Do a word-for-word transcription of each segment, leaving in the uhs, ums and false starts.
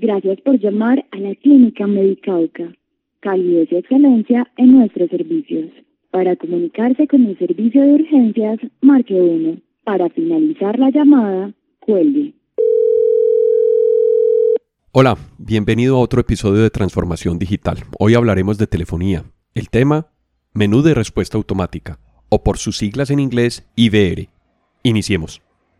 Gracias por llamar a la Clínica Medicauca. Calidez y excelencia en nuestros servicios. Para comunicarse con el servicio de urgencias, marque uno. Para finalizar la llamada, cuelgue. Hola, bienvenido a otro episodio de Transformación Digital. Hoy hablaremos de telefonía. El tema, menú de respuesta automática, o por sus siglas en inglés, I V R. Iniciemos.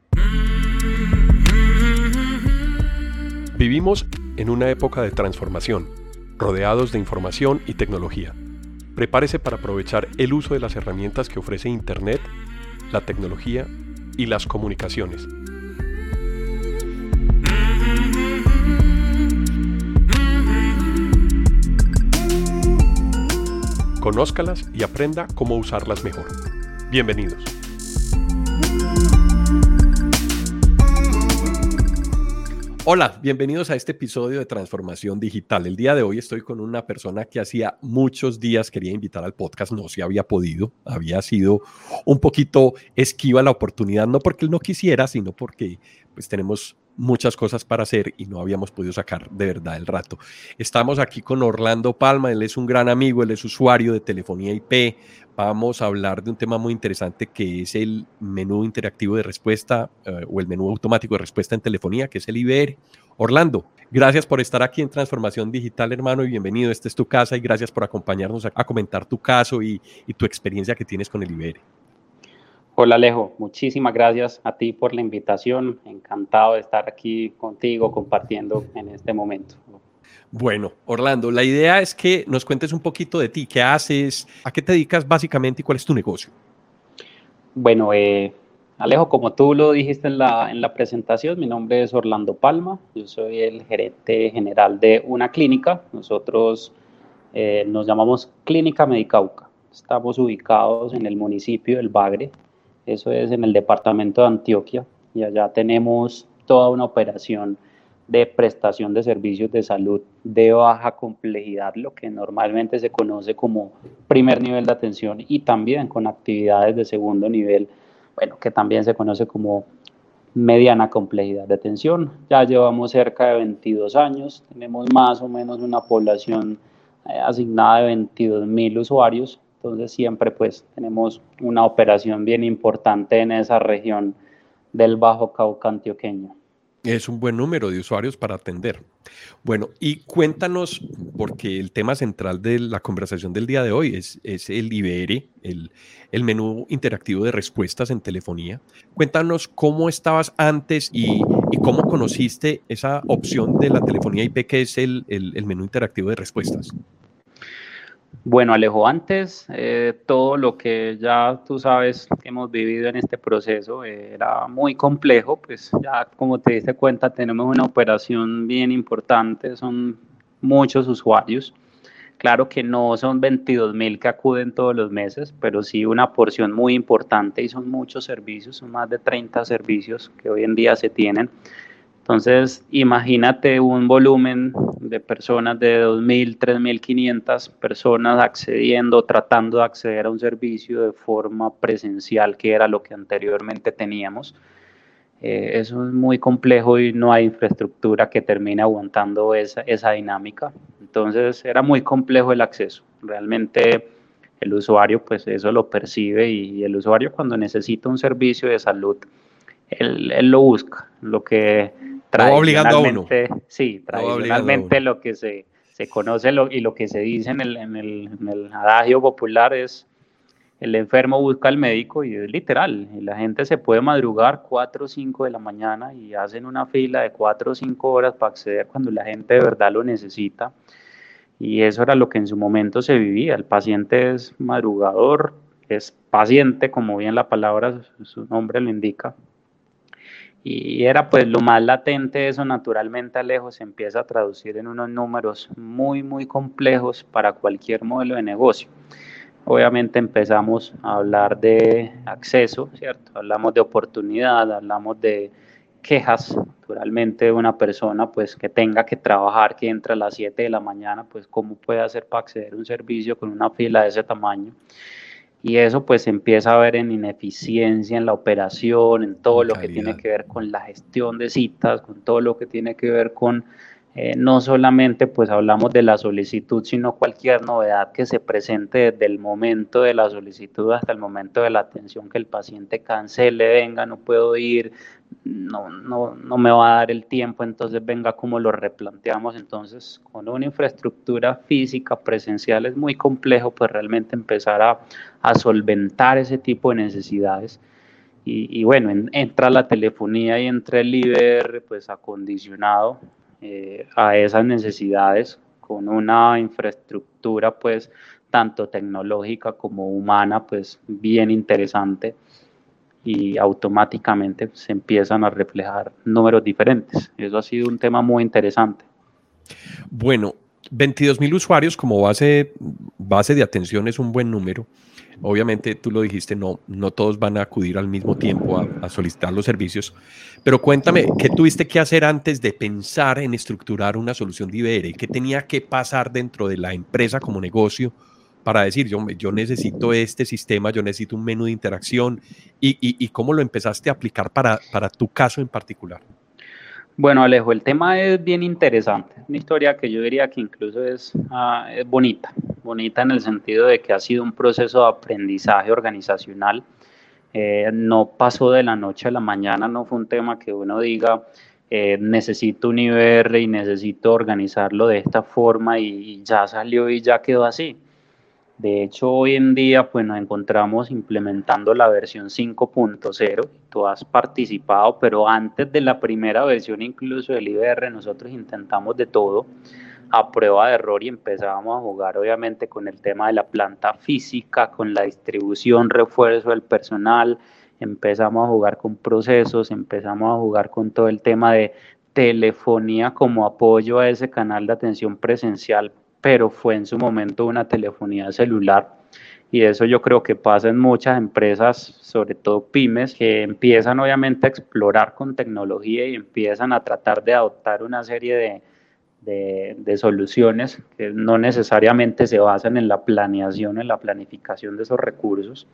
Vivimos en una época de transformación, rodeados de información y tecnología. Prepárese para aprovechar el uso de las herramientas que ofrece Internet, la tecnología y las comunicaciones. Conózcalas y aprenda cómo usarlas mejor. Bienvenidos. Hola, bienvenidos a este episodio de Transformación Digital. El día de hoy estoy con una persona que hacía muchos días quería invitar al podcast, no se había podido, había sido un poquito esquiva la oportunidad, no porque él no quisiera, sino porque pues tenemos muchas cosas para hacer y no habíamos podido sacar de verdad el rato. Estamos aquí con Orlando Palma, él es un gran amigo, él es usuario de telefonía I P. Vamos a hablar de un tema muy interesante que es el menú interactivo de respuesta eh, o el menú automático de respuesta en telefonía, que es el I V R. Orlando, gracias por estar aquí en Transformación Digital, hermano, y bienvenido. Esta es tu casa y gracias por acompañarnos a, a comentar tu caso y, y tu experiencia que tienes con el I V R. Hola Alejo, muchísimas gracias a ti por la invitación. Encantado de estar aquí contigo compartiendo en este momento. Bueno, Orlando, la idea es que nos cuentes un poquito de ti, qué haces, a qué te dedicas básicamente y cuál es tu negocio. Bueno, eh, Alejo, como tú lo dijiste en la, en la presentación, mi nombre es Orlando Palma, yo soy el gerente general de una clínica. Nosotros eh, nos llamamos Clínica Medicauca. Estamos ubicados en el municipio del Bagre, eso es en el departamento de Antioquia, y allá tenemos toda una operación de prestación de servicios de salud de baja complejidad, lo que normalmente se conoce como primer nivel de atención, y también con actividades de segundo nivel, bueno, que también se conoce como mediana complejidad de atención. Ya llevamos cerca de veintidós años, tenemos más o menos una población eh, asignada de veintidós mil usuarios. Entonces siempre pues tenemos una operación bien importante en esa región del Bajo Cauca antioqueño. Es un buen número de usuarios para atender. Bueno, y cuéntanos, porque el tema central de la conversación del día de hoy es, es el I V R, el, el menú interactivo de respuestas en telefonía. Cuéntanos cómo estabas antes y, y cómo conociste esa opción de la telefonía I P que es el, el, el menú interactivo de respuestas. Bueno, Alejo, antes eh, todo lo que ya tú sabes que hemos vivido en este proceso eh, era muy complejo, pues ya como te diste cuenta tenemos una operación bien importante, son muchos usuarios. Claro que no son veintidós mil que acuden todos los meses, pero sí una porción muy importante y son muchos servicios, son más de treinta servicios que hoy en día se tienen. Entonces, imagínate un volumen de personas de dos mil, tres mil quinientas personas accediendo, tratando de acceder a un servicio de forma presencial, que era lo que anteriormente teníamos. Eh, eso es muy complejo y no hay infraestructura que termine aguantando esa, esa dinámica. Entonces, era muy complejo el acceso. Realmente el usuario, pues eso lo percibe, y el usuario cuando necesita un servicio de salud, él, él lo busca, lo que tradicionalmente, no sí, tradicionalmente no lo que se, se conoce lo, y lo que se dice en el, en, el, en el adagio popular es: el enfermo busca al médico, y es literal, y la gente se puede madrugar cuatro o cinco de la mañana y hacen una fila de cuatro o cinco horas para acceder cuando la gente de verdad lo necesita, y eso era lo que en su momento se vivía. El paciente es madrugador, es paciente, como bien la palabra, su nombre lo indica. Y era pues lo más latente. Eso naturalmente, Alejo, se empieza a traducir en unos números muy, muy complejos para cualquier modelo de negocio. Obviamente empezamos a hablar de acceso, ¿cierto? Hablamos de oportunidad, hablamos de quejas. Naturalmente una persona pues que tenga que trabajar, que entra a las siete de la mañana, pues cómo puede hacer para acceder a un servicio con una fila de ese tamaño. Y eso pues se empieza a ver en ineficiencia en la operación, en todo lo que tiene que ver con la gestión de citas, con todo lo que tiene que ver con Eh, no solamente pues hablamos de la solicitud, sino cualquier novedad que se presente desde el momento de la solicitud hasta el momento de la atención, que el paciente cancele, venga, no puedo ir, no, no, no me va a dar el tiempo, entonces venga, como lo replanteamos. Entonces, con una infraestructura física presencial es muy complejo pues realmente empezar a, a solventar ese tipo de necesidades. Y, y bueno, en, entra la telefonía y entra el I V R pues acondicionado eh, a esas necesidades, con una infraestructura pues tanto tecnológica como humana pues bien interesante, y automáticamente se empiezan a reflejar números diferentes. Eso ha sido un tema muy interesante. Bueno, veintidós mil usuarios como base, base de atención es un buen número. Obviamente, tú lo dijiste, no, no todos van a acudir al mismo tiempo a, a solicitar los servicios, pero cuéntame, ¿qué tuviste que hacer antes de pensar en estructurar una solución de I V R? ¿Qué tenía que pasar dentro de la empresa como negocio para decir, yo, yo necesito este sistema, yo necesito un menú de interacción? ¿Y, y, y cómo lo empezaste a aplicar para, para tu caso en particular? Bueno, Alejo, el tema es bien interesante. Una historia que yo diría que incluso es, uh, es bonita, bonita en el sentido de que ha sido un proceso de aprendizaje organizacional. Eh, no pasó de la noche a la mañana, no fue un tema que uno diga, eh, necesito un I V R y necesito organizarlo de esta forma, y, y ya salió y ya quedó así. De hecho, hoy en día pues nos encontramos implementando la versión cinco punto cero. Tú has participado, pero antes de la primera versión incluso del I V R, nosotros intentamos de todo a prueba de error y empezábamos a jugar obviamente con el tema de la planta física, con la distribución, refuerzo del personal, empezamos a jugar con procesos, empezamos a jugar con todo el tema de telefonía como apoyo a ese canal de atención presencial, pero fue en su momento una telefonía celular. Y eso yo creo que pasa en muchas empresas, sobre todo pymes, que empiezan obviamente a explorar con tecnología y empiezan a tratar de adoptar una serie de, de, de soluciones que no necesariamente se basan en la planeación, en la planificación de esos recursos.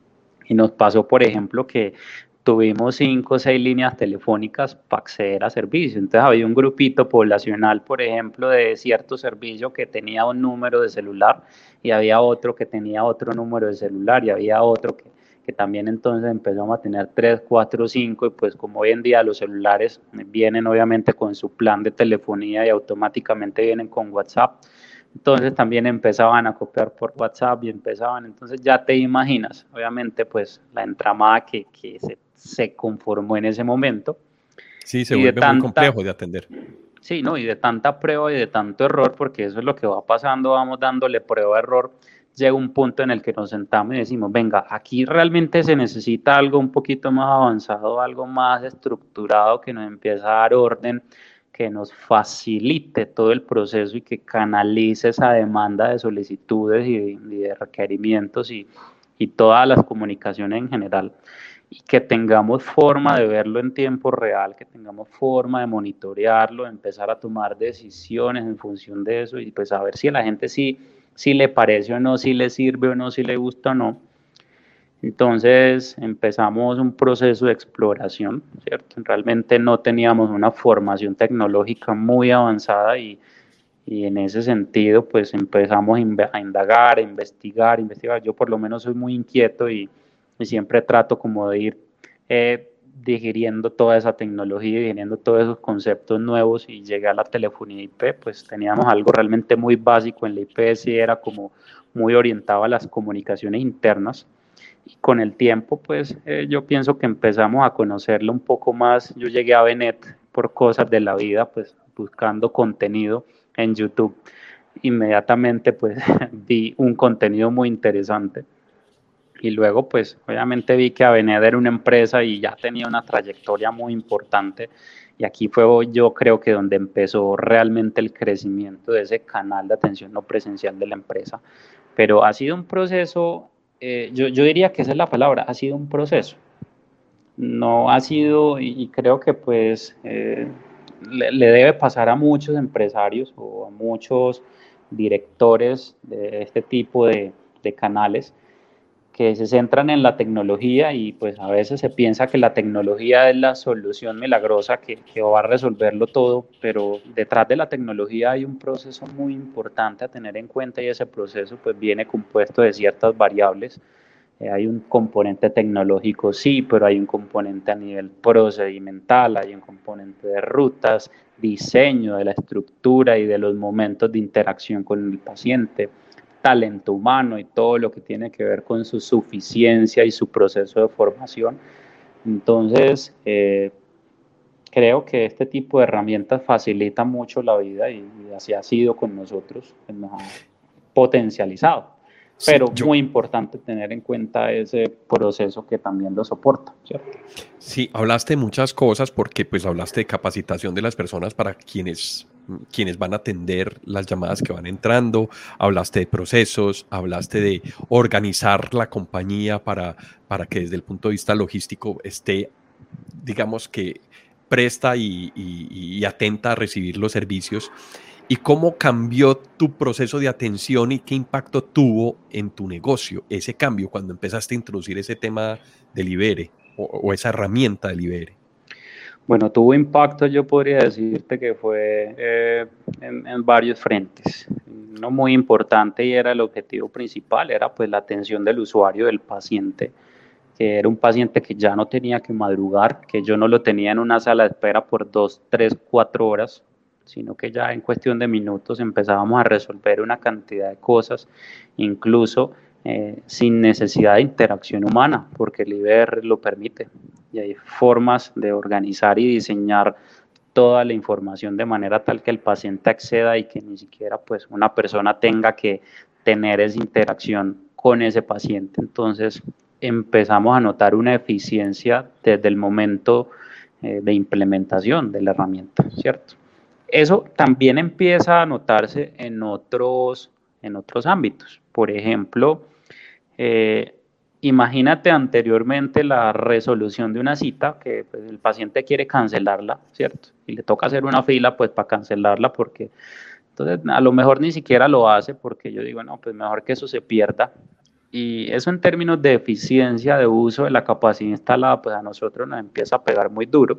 Y nos pasó, por ejemplo, que tuvimos cinco o seis líneas telefónicas para acceder a servicios. Entonces había un grupito poblacional, por ejemplo, de cierto servicio que tenía un número de celular, y había otro que tenía otro número de celular, y había otro que, que también entonces empezamos a tener tres, cuatro, cinco, y pues como hoy en día los celulares vienen obviamente con su plan de telefonía y automáticamente vienen con WhatsApp, entonces también empezaban a copiar por WhatsApp y empezaban, entonces ya te imaginas, obviamente pues la entramada que, que se, se conformó en ese momento. Sí, se y vuelve tanta, muy complejo de atender. Sí, ¿no? Y de tanta prueba y de tanto error, porque eso es lo que va pasando, vamos dándole prueba-error, llega un punto en el que nos sentamos y decimos, venga, aquí realmente se necesita algo un poquito más avanzado, algo más estructurado, que nos empiece a dar orden, que nos facilite todo el proceso y que canalice esa demanda de solicitudes y de, y de requerimientos y, y todas las comunicaciones en general, y que tengamos forma de verlo en tiempo real, que tengamos forma de monitorearlo, empezar a tomar decisiones en función de eso, y pues a ver si a la gente sí, sí le parece o no, si le sirve o no, si le gusta o no. Entonces empezamos un proceso de exploración, ¿cierto? Realmente no teníamos una formación tecnológica muy avanzada, y, y en ese sentido pues empezamos a indagar, a investigar, a investigar. Yo por lo menos soy muy inquieto y, y siempre trato como de ir eh, digiriendo toda esa tecnología, digiriendo todos esos conceptos nuevos, y llegué a la telefonía I P, pues teníamos algo realmente muy básico en la I P, sí era como muy orientado a las comunicaciones internas. Y con el tiempo, pues eh, yo pienso que empezamos a conocerlo un poco más. Yo llegué a Benet por cosas de la vida, pues buscando contenido en YouTube. Inmediatamente, pues vi un contenido muy interesante. Y luego, pues obviamente vi que Avenet era una empresa y ya tenía una trayectoria muy importante. Y aquí fue yo creo que donde empezó realmente el crecimiento de ese canal de atención no presencial de la empresa. Pero ha sido un proceso... Eh, yo, yo diría que esa es la palabra, ha sido un proceso. No ha sido, y, y creo que pues eh, le, le debe pasar a muchos empresarios o a muchos directores de este tipo de, de canales, que se centran en la tecnología y pues a veces se piensa que la tecnología es la solución milagrosa que, que va a resolverlo todo, pero detrás de la tecnología hay un proceso muy importante a tener en cuenta y ese proceso pues viene compuesto de ciertas variables. Eh, hay un componente tecnológico, sí, pero hay un componente a nivel procedimental, hay un componente de rutas, diseño de la estructura y de los momentos de interacción con el paciente, talento humano y todo lo que tiene que ver con su suficiencia y su proceso de formación. Entonces, eh, creo que este tipo de herramientas facilita mucho la vida y, y así ha sido con nosotros, nos ha potencializado. Sí, Pero yo, muy importante tener en cuenta ese proceso que también lo soporta, ¿cierto? sí, hablaste de muchas cosas porque pues hablaste de capacitación de las personas para quienes, quienes van a atender las llamadas que van entrando, hablaste de procesos, hablaste de organizar la compañía para, para que desde el punto de vista logístico esté, digamos que presta y, y, y atenta a recibir los servicios. ¿Y cómo cambió tu proceso de atención y qué impacto tuvo en tu negocio ese cambio cuando empezaste a introducir ese tema del Libere o, o esa herramienta del Libere? Bueno, tuvo impacto, yo podría decirte que fue eh, en, en varios frentes. Uno muy importante y era el objetivo principal, era pues la atención del usuario, del paciente, que era un paciente que ya no tenía que madrugar, que yo no lo tenía en una sala de espera por dos, tres, cuatro horas, sino que ya en cuestión de minutos empezábamos a resolver una cantidad de cosas, incluso eh, sin necesidad de interacción humana, porque el I B R lo permite. Y hay formas de organizar y diseñar toda la información de manera tal que el paciente acceda y que ni siquiera pues una persona tenga que tener esa interacción con ese paciente. Entonces empezamos a notar una eficiencia desde el momento eh, de implementación de la herramienta, ¿cierto? Eso también empieza a notarse en otros, en otros ámbitos. Por ejemplo, eh, imagínate anteriormente la resolución de una cita que pues, el paciente quiere cancelarla, ¿cierto? Y le toca hacer una fila pues para cancelarla porque entonces a lo mejor ni siquiera lo hace porque yo digo, no, pues mejor que eso se pierda. Y eso en términos de eficiencia de uso de la capacidad instalada, pues a nosotros nos empieza a pegar muy duro.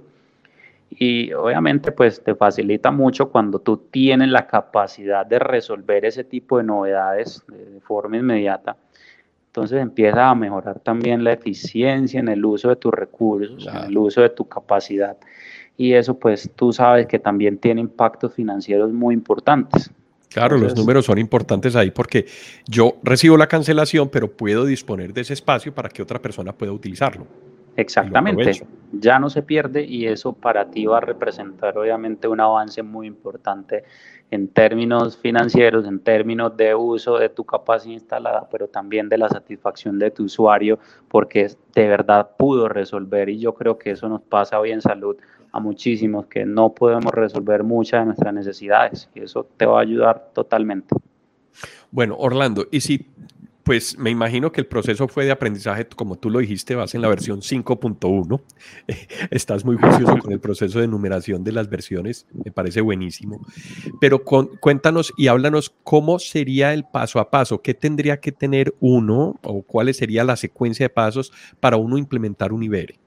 Y obviamente pues te facilita mucho cuando tú tienes la capacidad de resolver ese tipo de novedades de forma inmediata. Entonces empieza a mejorar también la eficiencia en el uso de tus recursos, claro, en el uso de tu capacidad. Y eso pues tú sabes que también tiene impactos financieros muy importantes. Claro, Entonces, los números son importantes ahí porque yo recibo la cancelación, pero puedo disponer de ese espacio para que otra persona pueda utilizarlo. Exactamente, ya no se pierde y eso para ti va a representar obviamente un avance muy importante en términos financieros, en términos de uso de tu capacidad instalada, pero también de la satisfacción de tu usuario, porque de verdad pudo resolver y yo creo que eso nos pasa hoy en salud a muchísimos, que no podemos resolver muchas de nuestras necesidades y eso te va a ayudar totalmente. Bueno, Orlando, y si, pues me imagino que el proceso fue de aprendizaje, como tú lo dijiste, vas en la versión cinco punto uno, estás muy juicioso con el proceso de numeración de las versiones, me parece buenísimo, pero con, cuéntanos y háblanos cómo sería el paso a paso, qué tendría que tener uno o cuál sería la secuencia de pasos para uno implementar un Libere.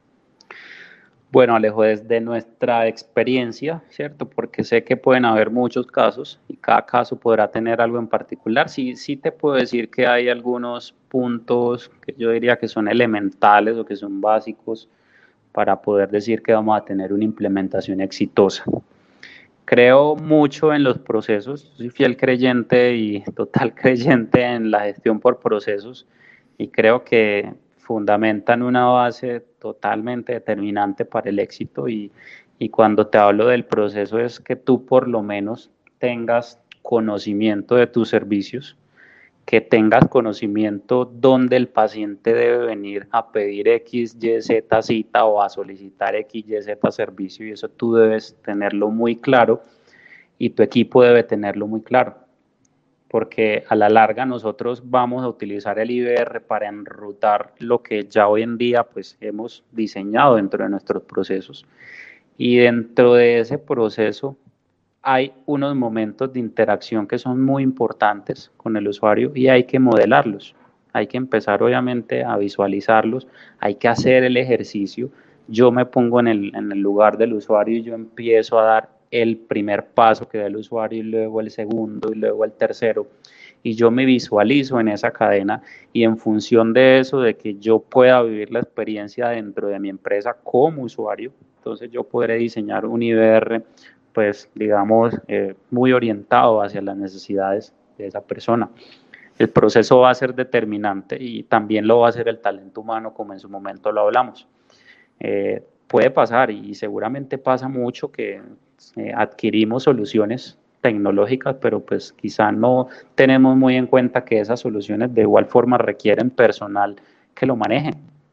Bueno, Alejo, desde nuestra experiencia, ¿cierto? Porque sé que pueden haber muchos casos y cada caso podrá tener algo en particular. Sí, sí te puedo decir que hay algunos puntos que yo diría que son elementales o que son básicos para poder decir que vamos a tener una implementación exitosa. Creo mucho en los procesos, soy fiel creyente y total creyente en la gestión por procesos y creo que fundamentan una base totalmente determinante para el éxito y, y cuando te hablo del proceso es que tú por lo menos tengas conocimiento de tus servicios, que tengas conocimiento dónde el paciente debe venir a pedir X, Y, Z cita o a solicitar X, Y, Z servicio y eso tú debes tenerlo muy claro y tu equipo debe tenerlo muy claro porque a la larga nosotros vamos a utilizar el I B R para enrutar lo que ya hoy en día pues hemos diseñado dentro de nuestros procesos y dentro de ese proceso hay unos momentos de interacción que son muy importantes con el usuario y hay que modelarlos. hay que empezar obviamente a visualizarlos, hay que hacer el ejercicio. Yo me pongo en el, en el lugar del usuario y yo empiezo a dar el primer paso que da el usuario y luego el segundo y luego el tercero. Y yo me visualizo en esa cadena y en función de eso, de que yo pueda vivir la experiencia dentro de mi empresa como usuario, entonces yo podré diseñar un I B R, pues digamos, eh, muy orientado hacia las necesidades de esa persona. El proceso va a ser determinante y también lo va a hacer el talento humano, como en su momento lo hablamos. Eh, puede pasar y seguramente pasa mucho que eh, adquirimos soluciones tecnológicas, pero pues quizá no tenemos muy en cuenta que esas soluciones de igual forma requieren personal que lo maneje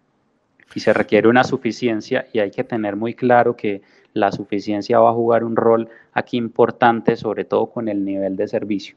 y se requiere una suficiencia y hay que tener muy claro que la suficiencia va a jugar un rol aquí importante, sobre todo con el nivel de servicio.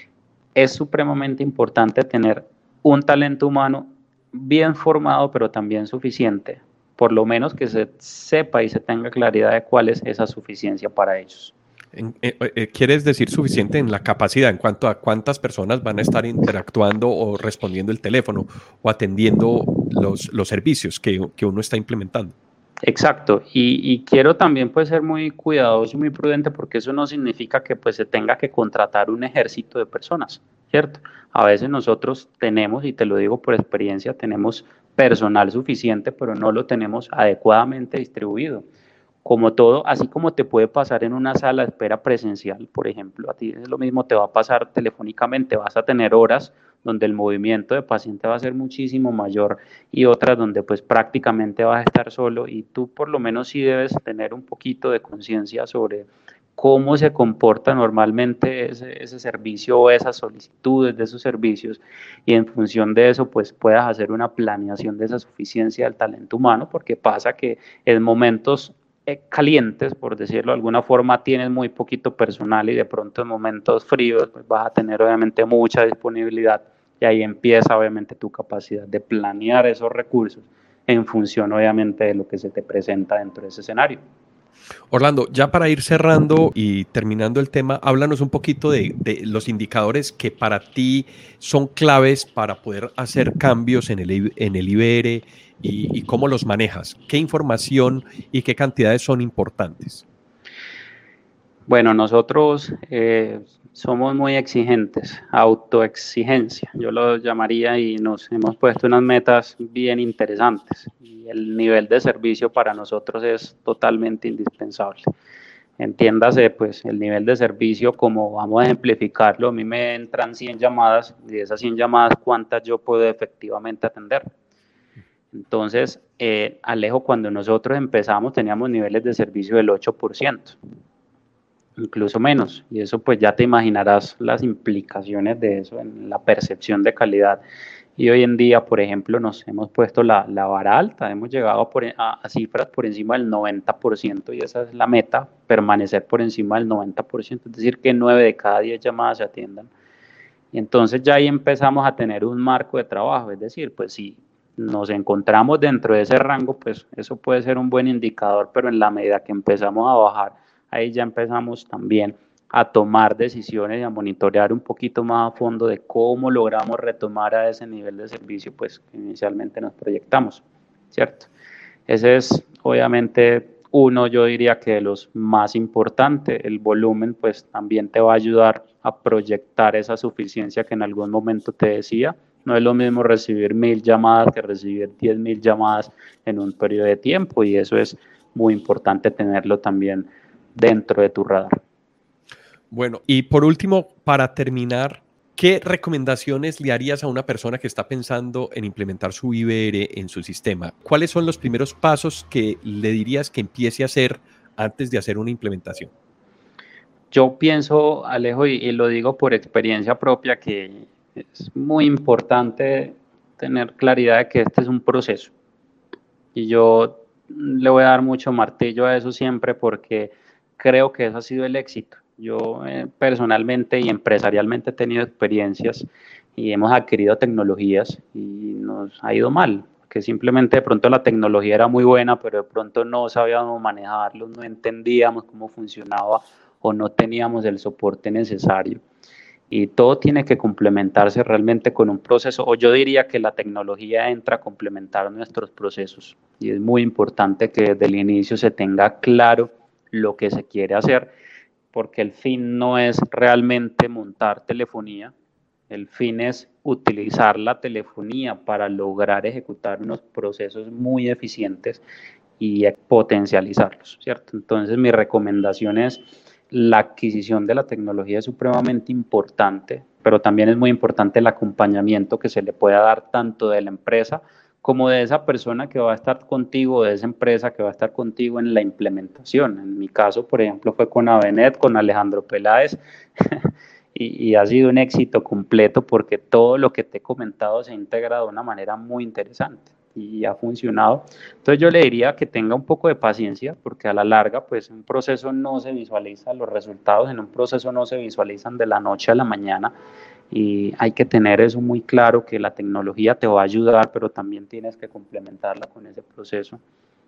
Es supremamente importante tener un talento humano bien formado, pero también suficiente, por lo menos que se sepa y se tenga claridad de cuál es esa suficiencia para ellos. En, eh, eh, ¿Quieres decir suficiente en la capacidad en cuanto a cuántas personas van a estar interactuando o respondiendo el teléfono o atendiendo los, los servicios que, que uno está implementando? Exacto, y, y quiero también pues ser muy cuidadoso y muy prudente porque eso no significa que pues se tenga que contratar un ejército de personas, ¿cierto? A veces nosotros tenemos, y te lo digo por experiencia, tenemos personal suficiente, pero no lo tenemos adecuadamente distribuido. Como todo, así como te puede pasar en una sala de espera presencial, por ejemplo, a ti es lo mismo, te va a pasar telefónicamente, vas a tener horas donde el movimiento de paciente va a ser muchísimo mayor y otras donde pues prácticamente vas a estar solo y tú por lo menos sí debes tener un poquito de conciencia sobre cómo se comporta normalmente ese, ese servicio o esas solicitudes de esos servicios y en función de eso pues puedas hacer una planeación de esa suficiencia del talento humano porque pasa que en momentos calientes, por decirlo de alguna forma, tienes muy poquito personal y de pronto en momentos fríos pues vas a tener obviamente mucha disponibilidad y ahí empieza obviamente tu capacidad de planear esos recursos en función obviamente de lo que se te presenta dentro de ese escenario. Orlando, ya para ir cerrando y terminando el tema, háblanos un poquito de, de los indicadores que para ti son claves para poder hacer cambios en el, en el I B R y, y cómo los manejas. ¿Qué información y qué cantidades son importantes? Bueno, nosotros eh, somos muy exigentes, autoexigencia, yo lo llamaría, y nos hemos puesto unas metas bien interesantes. Y el nivel de servicio para nosotros es totalmente indispensable. Entiéndase, pues, el nivel de servicio, como vamos a ejemplificarlo, a mí me entran cien llamadas, y de esas cien llamadas, ¿cuántas yo puedo efectivamente atender? Entonces, eh, Alejo, cuando nosotros empezamos teníamos niveles de servicio del ocho por ciento. Incluso menos, y eso pues ya te imaginarás las implicaciones de eso en la percepción de calidad. Y hoy en día, por ejemplo, nos hemos puesto la, la vara alta, hemos llegado por, a, a cifras por encima del noventa por ciento y esa es la meta, permanecer por encima del noventa por ciento, es decir, que nueve de cada diez llamadas se atiendan. Y entonces ya ahí empezamos a tener un marco de trabajo, es decir, pues si nos encontramos dentro de ese rango, pues eso puede ser un buen indicador, pero en la medida que empezamos a bajar, ahí ya empezamos también a tomar decisiones y a monitorear un poquito más a fondo de cómo logramos retomar a ese nivel de servicio pues que inicialmente nos proyectamos, ¿cierto? Ese es obviamente uno, yo diría que de los más importantes. El volumen pues también te va a ayudar a proyectar esa suficiencia que en algún momento te decía. No es lo mismo recibir mil llamadas que recibir diez mil llamadas en un periodo de tiempo y eso es muy importante tenerlo también dentro de tu radar. Bueno, y por último, para terminar, ¿qué recomendaciones le harías a una persona que está pensando en implementar su I B R en su sistema? ¿Cuáles son los primeros pasos que le dirías que empiece a hacer antes de hacer una implementación? Yo pienso, Alejo, y, y lo digo por experiencia propia, que es muy importante tener claridad de que este es un proceso. Y yo le voy a dar mucho martillo a eso siempre porque creo que eso ha sido el éxito. Yo eh, personalmente y empresarialmente he tenido experiencias y hemos adquirido tecnologías y nos ha ido mal, que simplemente de pronto la tecnología era muy buena, pero de pronto no sabíamos manejarlo, no entendíamos cómo funcionaba o no teníamos el soporte necesario. y todo tiene que complementarse realmente con un proceso, o yo diría que la tecnología entra a complementar nuestros procesos y es muy importante que desde el inicio se tenga claro lo que se quiere hacer, porque el fin no es realmente montar telefonía, el fin es utilizar la telefonía para lograr ejecutar unos procesos muy eficientes y potencializarlos, ¿cierto? Entonces mi recomendación es la adquisición de la tecnología es supremamente importante, pero también es muy importante el acompañamiento que se le pueda dar tanto de la empresa como de esa persona que va a estar contigo, de esa empresa que va a estar contigo en la implementación. En mi caso, por ejemplo, fue con Avenet, con Alejandro Peláez, y, y ha sido un éxito completo porque todo lo que te he comentado se integra de una manera muy interesante y ha funcionado. Entonces yo le diría que tenga un poco de paciencia porque a la larga pues un proceso no se visualiza, los resultados en un proceso no se visualizan de la noche a la mañana y hay que tener eso muy claro, que la tecnología te va a ayudar, pero también tienes que complementarla con ese proceso.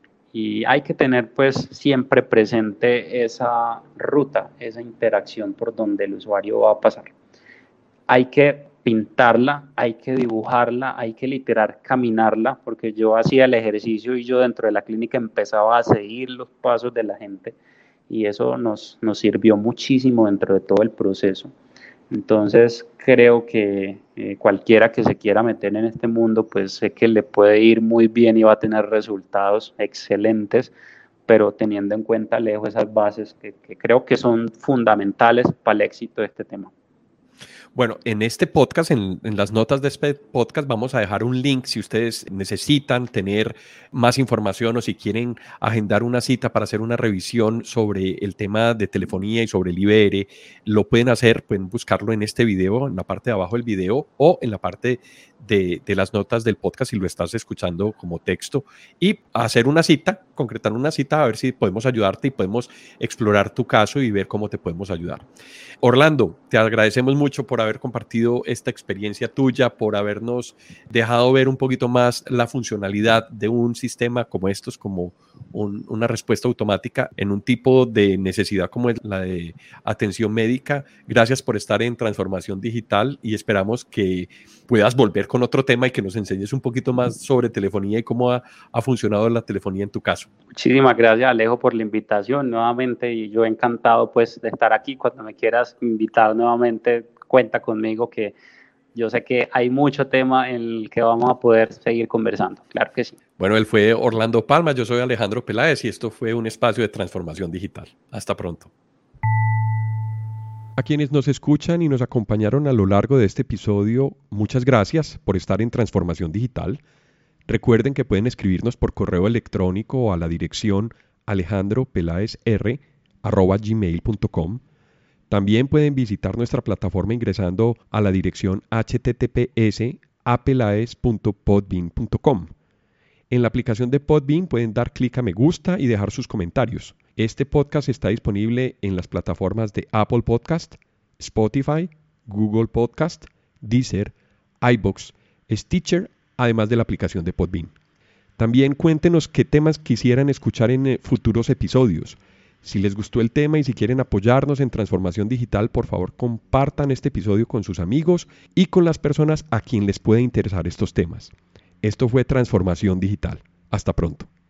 Y hay que tener pues siempre presente esa ruta, esa interacción por donde el usuario va a pasar. Hay que pintarla, hay que dibujarla, hay que literal caminarla, porque yo hacía el ejercicio y yo dentro de la clínica empezaba a seguir los pasos de la gente y eso nos, nos sirvió muchísimo dentro de todo el proceso. Entonces creo que eh, cualquiera que se quiera meter en este mundo, pues sé que le puede ir muy bien y va a tener resultados excelentes, pero teniendo en cuenta, Alejo, esas bases que, que creo que son fundamentales para el éxito de este tema. Bueno, en este podcast, en, en las notas de este podcast, vamos a dejar un link si ustedes necesitan tener más información o si quieren agendar una cita para hacer una revisión sobre el tema de telefonía y sobre el I B R, lo pueden hacer, pueden buscarlo en este video, en la parte de abajo del video o en la parte de, de las notas del podcast si lo estás escuchando como texto y hacer una cita, concretar una cita a ver si podemos ayudarte y podemos explorar tu caso y ver cómo te podemos ayudar. Orlando, te agradecemos mucho por haber compartido esta experiencia tuya, por habernos dejado ver un poquito más la funcionalidad de un sistema como estos, como un, una respuesta automática en un tipo de necesidad como es la de atención médica. Gracias por estar en Transformación Digital y esperamos que puedas volver con otro tema y que nos enseñes un poquito más sobre telefonía y cómo ha, ha funcionado la telefonía en tu caso. Muchísimas gracias, Alejo, por la invitación nuevamente y yo encantado pues de estar aquí. Cuando me quieras invitar nuevamente, cuenta conmigo, que yo sé que hay mucho tema en el que vamos a poder seguir conversando. Claro que sí. Bueno, él fue Orlando Palma, yo soy Alejandro Peláez y esto fue un espacio de transformación digital. Hasta pronto. A quienes nos escuchan y nos acompañaron a lo largo de este episodio, muchas gracias por estar en Transformación Digital. Recuerden que pueden escribirnos por correo electrónico a la dirección alejandropelaezr arroba gmail punto com. También pueden visitar nuestra plataforma ingresando a la dirección h t t p s a pelaez punto podbean punto com. En la aplicación de Podbean pueden dar clic a me gusta y dejar sus comentarios. Este podcast está disponible en las plataformas de Apple Podcast, Spotify, Google Podcast, Deezer, iVoox, Stitcher, además de la aplicación de Podbean. También cuéntenos qué temas quisieran escuchar en futuros episodios. Si les gustó el tema y si quieren apoyarnos en Transformación Digital, por favor compartan este episodio con sus amigos y con las personas a quien les puede interesar estos temas. Esto fue Transformación Digital. Hasta pronto.